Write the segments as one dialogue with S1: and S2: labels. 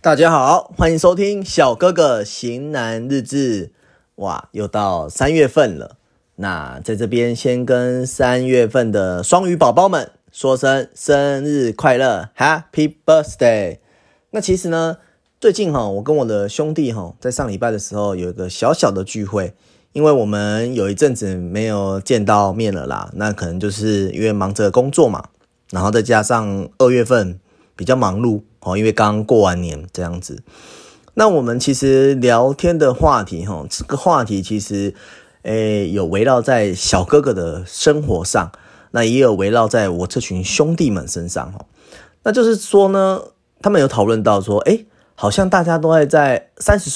S1: 大家好，欢迎收听小哥哥型男日志。哇，又到3月份了。那在这边先跟3月份的双鱼宝宝们说声生日快乐 ，Happy Birthday！ 那其实呢，最近我跟我的兄弟在上礼拜的时候有一个小小的聚会，因为我们有一阵子没有见到面了啦。那可能就是因为忙着工作嘛，然后再加上2月份比较忙碌。因为刚过完年这样子，那我们其实聊天的话题这个话题其实有围绕在小哥哥的生活上，那也有围绕在我这群兄弟们身上那就是说呢，他们有讨论到说好像大家都会在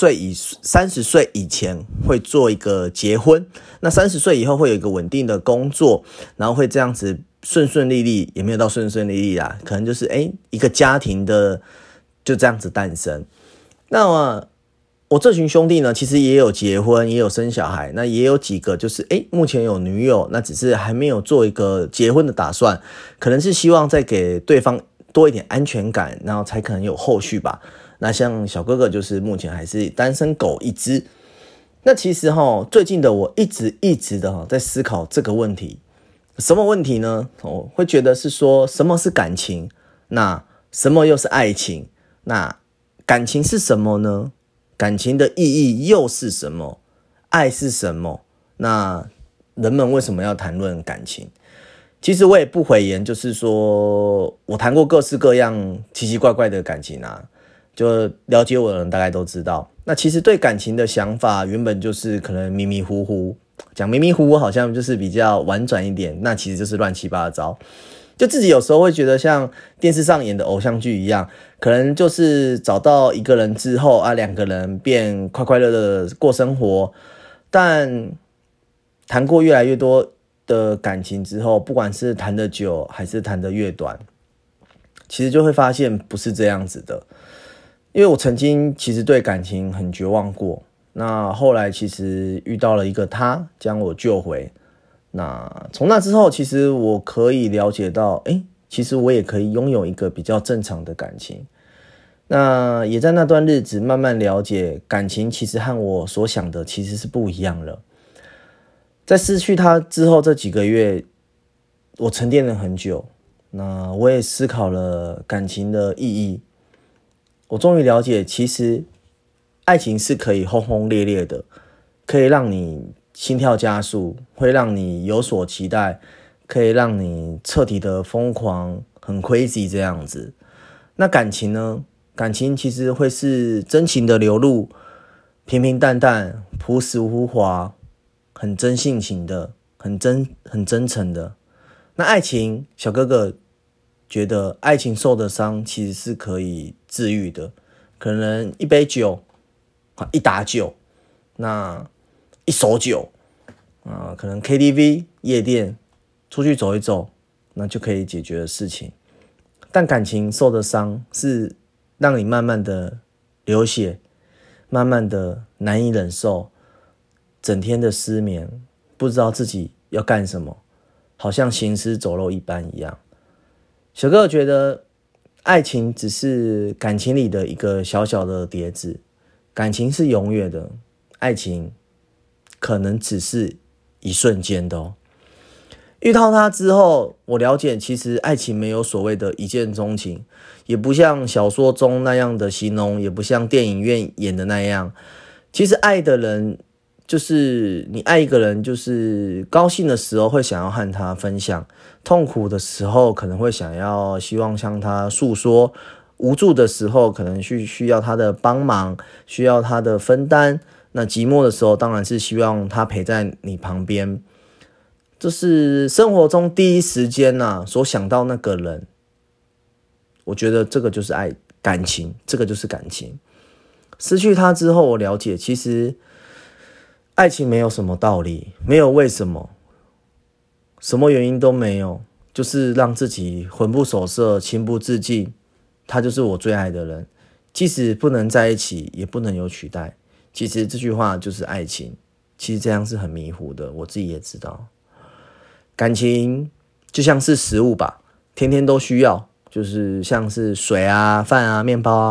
S1: 30岁以前会做一个结婚，那30岁以后会有一个稳定的工作，然后会这样子顺顺利利，也没有到顺顺利利啦，可能就是一个家庭的就这样子诞生。那我这群兄弟呢，其实也有结婚，也有生小孩，那也有几个就是目前有女友，那只是还没有做一个结婚的打算，可能是希望再给对方多一点安全感，然后才可能有后续吧。那像小哥哥就是目前还是单身狗一只。那其实最近的我一直的在思考这个问题。什么问题呢？我会觉得是说什么是感情，那什么又是爱情，那感情是什么呢？感情的意义又是什么？爱是什么？那人们为什么要谈论感情？其实我也不讳言，就是说我谈过各式各样奇奇怪怪的感情啊，就了解我的人大概都知道。那其实对感情的想法原本就是可能迷迷糊糊，讲迷迷糊糊好像就是比较婉转一点，那其实就是乱七八糟。就自己有时候会觉得像电视上演的偶像剧一样，可能就是找到一个人之后两个人便快快乐乐的过生活。但谈过越来越多的感情之后，不管是谈得久还是谈得越短，其实就会发现不是这样子的。因为我曾经其实对感情很绝望过，那后来其实遇到了一个他将我救回。那从那之后，其实我可以了解到其实我也可以拥有一个比较正常的感情。那也在那段日子慢慢了解，感情其实和我所想的其实是不一样了。在失去他之后这几个月，我沉淀了很久，那我也思考了感情的意义。我终于了解，其实爱情是可以轰轰烈烈的，可以让你心跳加速，会让你有所期待，可以让你彻底的疯狂，很 crazy 这样子。那感情呢？感情其实会是真情的流露，平平淡淡，朴实无华，很真性情的，很真诚的。那爱情，小哥哥觉得爱情受的伤其实是可以治愈的，可能一杯酒，一打酒，那一手酒，可能 KTV 夜店出去走一走，那就可以解决的事情。但感情受的伤是让你慢慢的流血，慢慢的难以忍受，整天的失眠，不知道自己要干什么，好像行尸走肉一般一样。小哥觉得爱情只是感情里的一个小小的碟子，感情是永远的，爱情可能只是一瞬间的遇到他之后，我了解其实爱情没有所谓的一见钟情，也不像小说中那样的形容，也不像电影院演的那样。其实爱的人，就是你爱一个人，就是高兴的时候会想要和他分享，痛苦的时候可能会希望向他诉说，无助的时候可能需要他的帮忙，需要他的分担。那寂寞的时候当然是希望他陪在你旁边。就是生活中第一时间所想到那个人，我觉得这个就是感情，这个就是感情。失去他之后，我了解其实爱情没有什么道理，没有为什么，什么原因都没有，就是让自己魂不守舍，情不自禁。他就是我最爱的人，即使不能在一起，也不能有取代。其实这句话就是爱情，其实这样是很迷糊的，我自己也知道。感情就像是食物吧，天天都需要，就是像是水啊、饭啊、面包啊，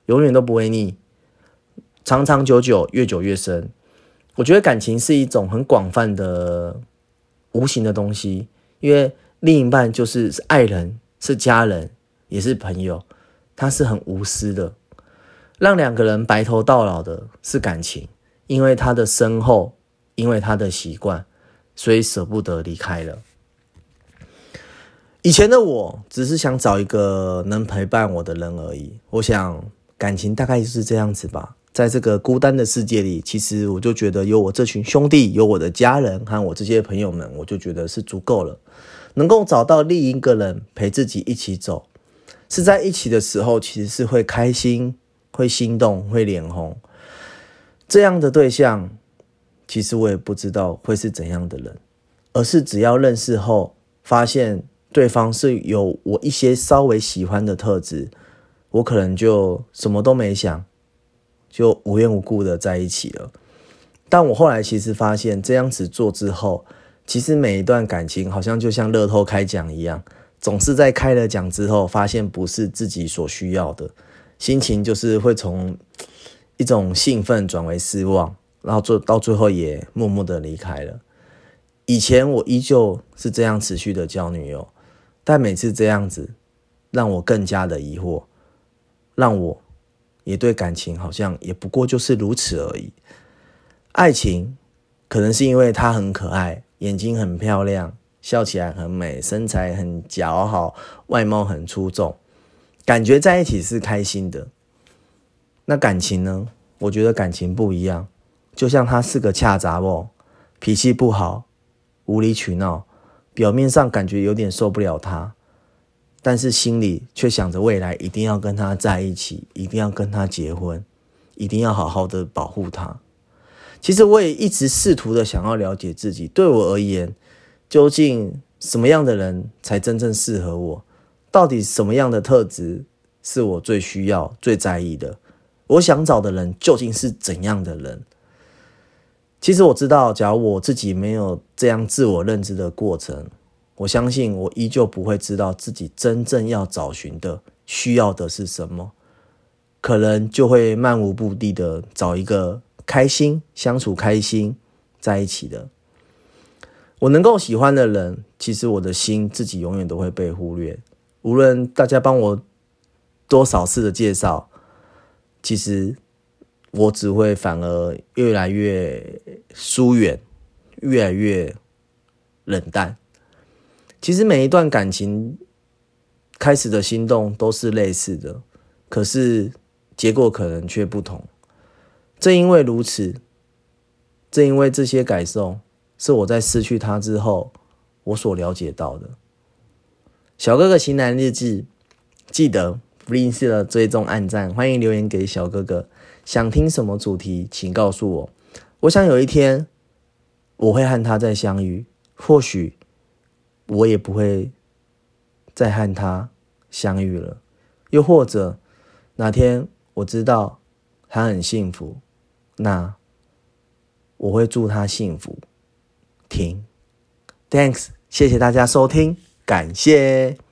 S1: 永远都不会腻，长长久久，越久越深。我觉得感情是一种很广泛的无形的东西，因为另一半就是爱人，是家人，也是朋友，他是很无私的。让两个人白头到老的是感情，因为他的深厚，因为他的习惯，所以舍不得离开了。以前的我只是想找一个能陪伴我的人而已，我想感情大概就是这样子吧。在这个孤单的世界里，其实我就觉得有我这群兄弟，有我的家人和我这些朋友们，我就觉得是足够了。能够找到另一个人陪自己一起走，是在一起的时候其实是会开心，会心动，会脸红。这样的对象其实我也不知道会是怎样的人，而是只要认识后发现对方是有我一些稍微喜欢的特质，我可能就什么都没想，就无缘无故的在一起了。但我后来其实发现，这样子做之后，其实每一段感情好像就像乐透开奖一样，总是在开了奖之后发现不是自己所需要的，心情就是会从一种兴奋转为失望，然后到最后也默默的离开了。以前我依旧是这样持续的交女友，但每次这样子让我更加的疑惑，让我也对感情好像也不过就是如此而已。爱情可能是因为她很可爱，眼睛很漂亮，笑起来很美，身材很姣好，外貌很出众，感觉在一起是开心的。那感情呢？我觉得感情不一样，就像他是个恰杂某，脾气不好，无理取闹，表面上感觉有点受不了他，但是心里却想着未来一定要跟他在一起，一定要跟他结婚，一定要好好的保护他。其实我也一直试图的想要了解自己，对我而言，究竟什么样的人才真正适合我？到底什么样的特质是我最需要、最在意的？我想找的人究竟是怎样的人？其实我知道，假如我自己没有这样自我认知的过程，我相信我依旧不会知道自己真正要找寻的、需要的是什么，可能就会漫无目的的找一个开心、相处开心在一起的。我能够喜欢的人，其实我的心自己永远都会被忽略。无论大家帮我多少次的介绍，其实我只会反而越来越疏远，越来越冷淡。其实每一段感情开始的心动都是类似的，可是结果可能却不同。正因为如此，正因为这些感受是我在失去他之后我所了解到的。小哥哥型男日志，记得不吝啬的追踪按赞，欢迎留言给小哥哥，想听什么主题请告诉我。我想有一天我会和他再相遇，或许我也不会再和他相遇了，又或者哪天我知道他很幸福，那我会祝他幸福。停 Thanks， 谢谢大家收听，感谢。